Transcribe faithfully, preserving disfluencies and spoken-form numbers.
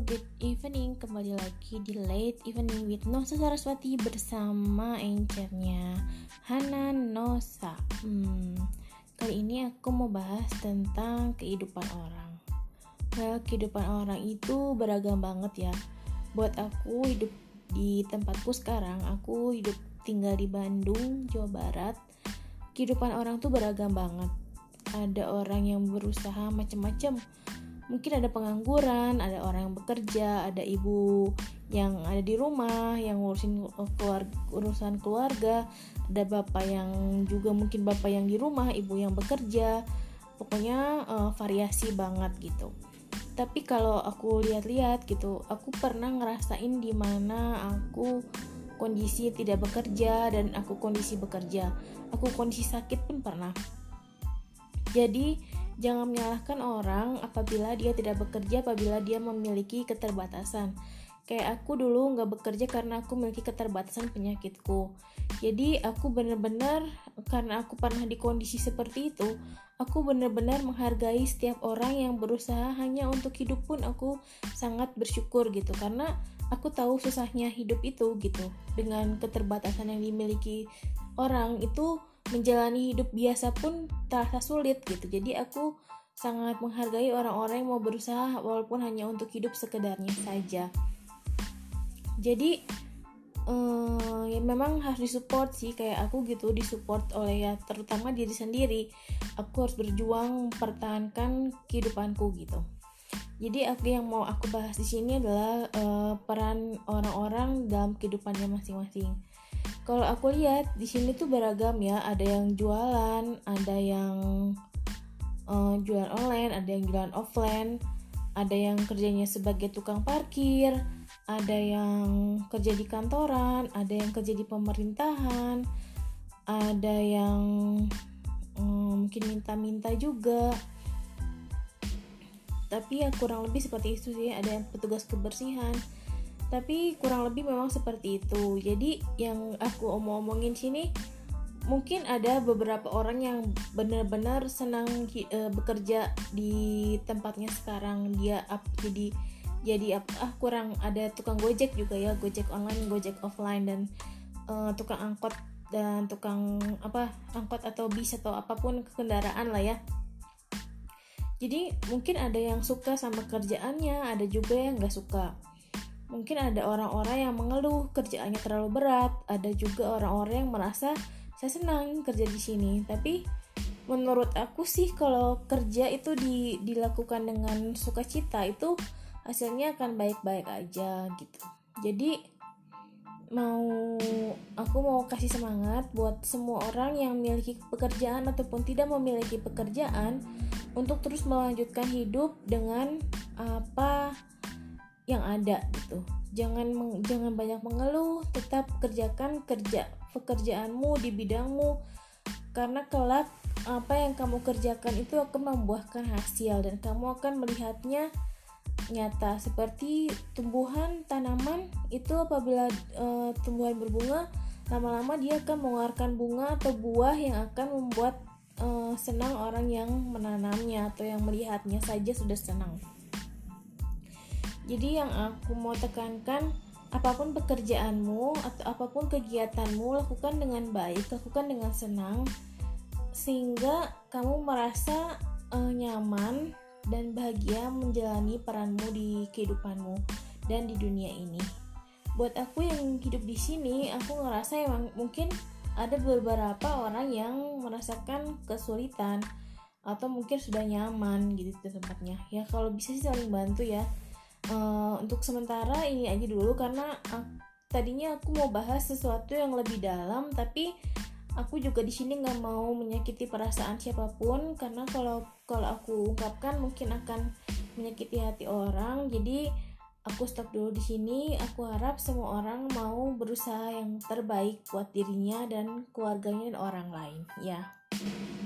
Good evening, kembali lagi di Late Evening with Nosa Saraswati bersama encernya Hana Nosa. Hmm, kali ini aku mau bahas tentang kehidupan orang. Well, kehidupan orang itu beragam banget ya. Buat aku hidup di tempatku sekarang, aku hidup tinggal di Bandung, Jawa Barat. Kehidupan orang tuh beragam banget. Ada orang yang berusaha macam-macam. Mungkin ada pengangguran, ada orang yang bekerja, ada ibu yang ada di rumah yang ngurusin keluarga, urusan keluarga, ada bapak yang juga mungkin bapak yang di rumah, ibu yang bekerja. Pokoknya uh, variasi banget gitu. Tapi kalau aku lihat-lihat gitu, aku pernah ngerasain di mana aku kondisi tidak bekerja dan aku kondisi bekerja. Aku kondisi sakit pun pernah. Jadi jangan menyalahkan orang apabila dia tidak bekerja, apabila dia memiliki keterbatasan. Kayak aku dulu gak bekerja karena aku memiliki keterbatasan penyakitku. Jadi aku benar-benar, karena aku pernah di kondisi seperti itu, aku benar-benar menghargai setiap orang yang berusaha hanya untuk hidup pun aku sangat bersyukur gitu. Karena aku tahu susahnya hidup itu gitu. Dengan keterbatasan yang dimiliki orang itu, menjalani hidup biasa pun terasa sulit gitu. Jadi aku sangat menghargai orang-orang yang mau berusaha walaupun hanya untuk hidup sekedarnya saja. Jadi eh, ya memang harus disupport sih, kayak aku gitu, disupport oleh ya terutama diri sendiri. Aku harus berjuang mempertahankan kehidupanku gitu. Jadi aku yang mau aku bahas di sini adalah eh, peran orang-orang dalam kehidupannya masing-masing. Kalau aku lihat di sini tuh beragam ya, ada yang jualan, ada yang uh, jualan online, ada yang jualan offline, ada yang kerjanya sebagai tukang parkir, ada yang kerja di kantoran, ada yang kerja di pemerintahan, ada yang um, mungkin minta-minta juga. Tapi ya kurang lebih seperti itu sih, ada yang petugas kebersihan. Tapi kurang lebih memang seperti itu. Jadi yang aku omong-omongin sini, mungkin ada beberapa orang yang benar-benar senang uh, bekerja di tempatnya sekarang. Dia up, jadi jadi ah kurang ada tukang Gojek juga ya, Gojek online, Gojek offline, dan uh, tukang angkot dan tukang apa angkot atau bis atau apapun kendaraan lah ya. Jadi mungkin ada yang suka sama kerjaannya, ada juga yang nggak suka. Mungkin ada orang-orang yang mengeluh kerjaannya terlalu berat, ada juga orang-orang yang merasa saya senang kerja di sini. Tapi menurut aku sih kalau kerja itu di, dilakukan dengan sukacita itu hasilnya akan baik-baik aja gitu. Jadi mau aku mau kasih semangat buat semua orang yang memiliki pekerjaan ataupun tidak memiliki pekerjaan untuk terus melanjutkan hidup dengan apa yang ada gitu. Jangan meng, jangan banyak mengeluh, tetap kerjakan kerja pekerjaanmu di bidangmu, karena kelak apa yang kamu kerjakan itu akan membuahkan hasil dan kamu akan melihatnya nyata. Seperti tumbuhan tanaman itu apabila e, tumbuhan berbunga, lama-lama dia akan mengeluarkan bunga atau buah yang akan membuat e, senang orang yang menanamnya atau yang melihatnya saja sudah senang. Jadi yang aku mau tekankan, apapun pekerjaanmu atau apapun kegiatanmu, lakukan dengan baik, lakukan dengan senang, sehingga kamu merasa uh, nyaman dan bahagia menjalani peranmu di kehidupanmu dan di dunia ini. Buat aku yang hidup di sini, aku ngerasa emang mungkin ada beberapa orang yang merasakan kesulitan atau mungkin sudah nyaman gitu di tempatnya. Ya kalau bisa sih saling bantu ya. Uh, untuk sementara ini aja dulu karena uh, tadinya aku mau bahas sesuatu yang lebih dalam, tapi aku juga di sini nggak mau menyakiti perasaan siapapun, karena kalau kalau aku ungkapkan mungkin akan menyakiti hati orang. Jadi aku stop dulu di sini. Aku harap semua orang mau berusaha yang terbaik buat dirinya dan keluarganya dan orang lain ya.